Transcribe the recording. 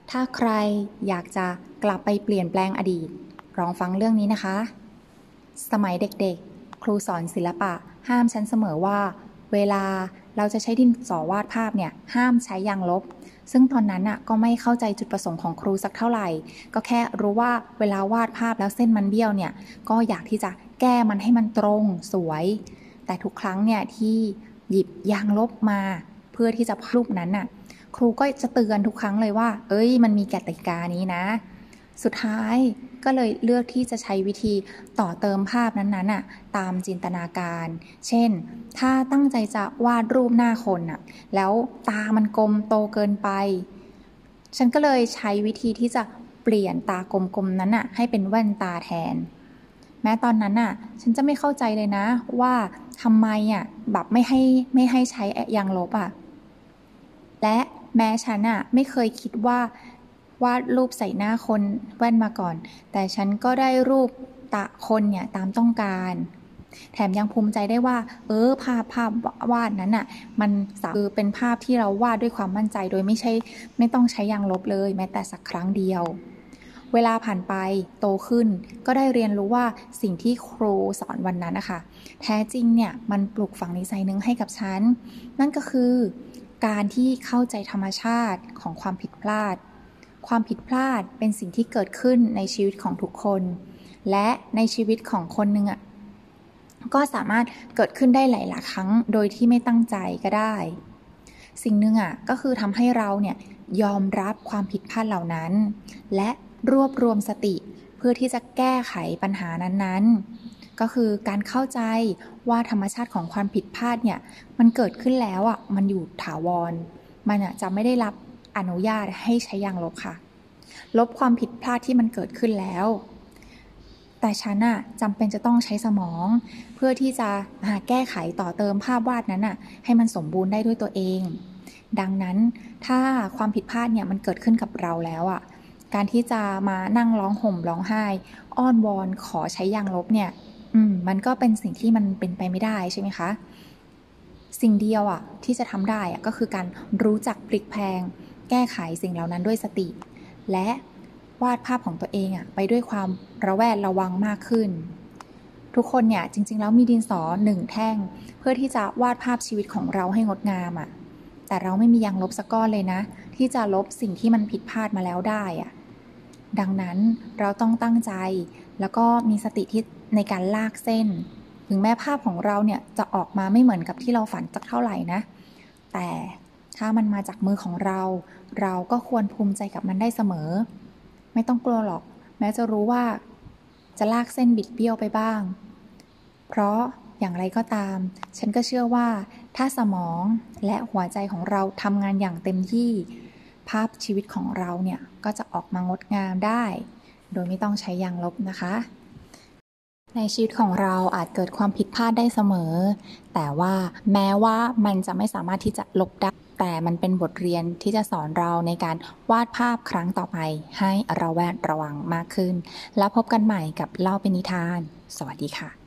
ถ้าใครอยากจะกลับไปเปลี่ยนแปลงอดีตลองฟังเรื่องนี้นะคะ สมัยเด็กๆครูสอนศิลปะห้ามฉันเสมอว่าเวลาเราจะใช้ดินสอวาดภาพเนี่ยห้ามใช้ยางลบซึ่งตอนนั้นก็ไม่เข้าใจจุดประสงค์ของครูสักเท่าไหร่ก็แค่รู้ว่าเวลาวาดภาพแล้วเส้นมันเบี้ยวเนี่ยก็อยากที่จะแก้มันให้มันตรงสวยแต่ทุกครั้งเนี่ยที่หยิบยางลบมาเพื่อที่จะรูปนั้นครูก็จะเตือนทุกครั้งเลยว่ามันมีกติกานี้นะสุดท้ายก็เลยเลือกที่จะใช้วิธีต่อเติมภาพนั้นตามจินตนาการเช่นถ้าตั้งใจจะวาดรูปหน้าคนแล้วตามันกลมโตเกินไปฉันก็เลยใช้วิธีที่จะเปลี่ยนตากลมๆนั้นให้เป็นแว่นตาแทนแม้ตอนนั้นฉันจะไม่เข้าใจเลยนะว่าทำไมแบบไม่ให้ใช้ยางลบและแม้ฉันไม่เคยคิดว่าวาดรูปใส่หน้าคนแว่นมาก่อนแต่ฉันก็ได้รูปตาคนเนี่ยตามต้องการแถมยังภูมิใจได้ว่าภาพวาดนั้นมันเป็นภาพที่เราวาดด้วยความมั่นใจโดยไม่ต้องใช้ยางลบเลยแม้แต่สักครั้งเดียวเวลาผ่านไปโตขึ้นก็ได้เรียนรู้ว่าสิ่งที่ครูสอนวันนั้นแท้จริงเนี่ยมันปลูกฝังนิสัยนึงให้กับฉันนั่นก็คือการที่เข้าใจธรรมชาติของความผิดพลาดเป็นสิ่งที่เกิดขึ้นในชีวิตของทุกคนและในชีวิตของคนหนึ่งก็สามารถเกิดขึ้นได้หลายๆครั้งโดยที่ไม่ตั้งใจก็ได้สิ่งหนึ่งก็คือทำให้เราเนี่ยยอมรับความผิดพลาดเหล่านั้นและรวบรวมสติเพื่อที่จะแก้ไขปัญหานั้นๆก็คือการเข้าใจว่าธรรมชาติของความผิดพลาดเนี่ยมันเกิดขึ้นแล้วมันอยู่ถาวรมันจะไม่ได้รับอนุญาตให้ใช้ยางลบค่ะลบความผิดพลาดที่มันเกิดขึ้นแล้วแต่ฉันจำเป็นจะต้องใช้สมองเพื่อที่จะแก้ไขต่อเติมภาพวาดนั้นให้มันสมบูรณ์ได้ด้วยตัวเองดังนั้นถ้าความผิดพลาดเนี่ยมันเกิดขึ้นกับเราแล้วการที่จะมานั่งร้องห่มร้องไห้อ้อนวอนขอใช้ยางลบเนี่ยมันก็เป็นสิ่งที่มันเป็นไปไม่ได้ใช่ไหมคะสิ่งเดียวที่จะทำได้ก็คือการรู้จักพลิกแพลงแก้ไขสิ่งเหล่านั้นด้วยสติและวาดภาพของตัวเองไปด้วยความระแวดระวังมากขึ้นทุกคนเนี่ยจริงๆแล้วมีดินสอ1แท่งเพื่อที่จะวาดภาพชีวิตของเราให้งดงามแต่เราไม่มียางลบสักก้อนเลยนะที่จะลบสิ่งที่มันผิดพลาดมาแล้วได้ดังนั้นเราต้องตั้งใจแล้วก็มีสติที่ในการลากเส้นถึงแม้ภาพของเราเนี่ยจะออกมาไม่เหมือนกับที่เราฝันสักเท่าไหร่นะแต่ถ้ามันมาจากมือของเราก็ควรภูมิใจกับมันได้เสมอไม่ต้องกลัวหรอกแม้จะรู้ว่าจะลากเส้นบิดเบี้ยวไปบ้างเพราะอย่างไรก็ตามฉันก็เชื่อว่าถ้าสมองและหัวใจของเราทำงานอย่างเต็มที่ภาพชีวิตของเราเนี่ยก็จะออกมางดงามได้โดยไม่ต้องใช้ยางลบนะคะในชีวิตของเราอาจเกิดความผิดพลาดได้เสมอแต่ว่าแม้ว่ามันจะไม่สามารถที่จะลบได้แต่มันเป็นบทเรียนที่จะสอนเราในการวาดภาพครั้งต่อไปให้ระแวดระวังมากขึ้นแล้วพบกันใหม่กับเล่าเป็นนิทานสวัสดีค่ะ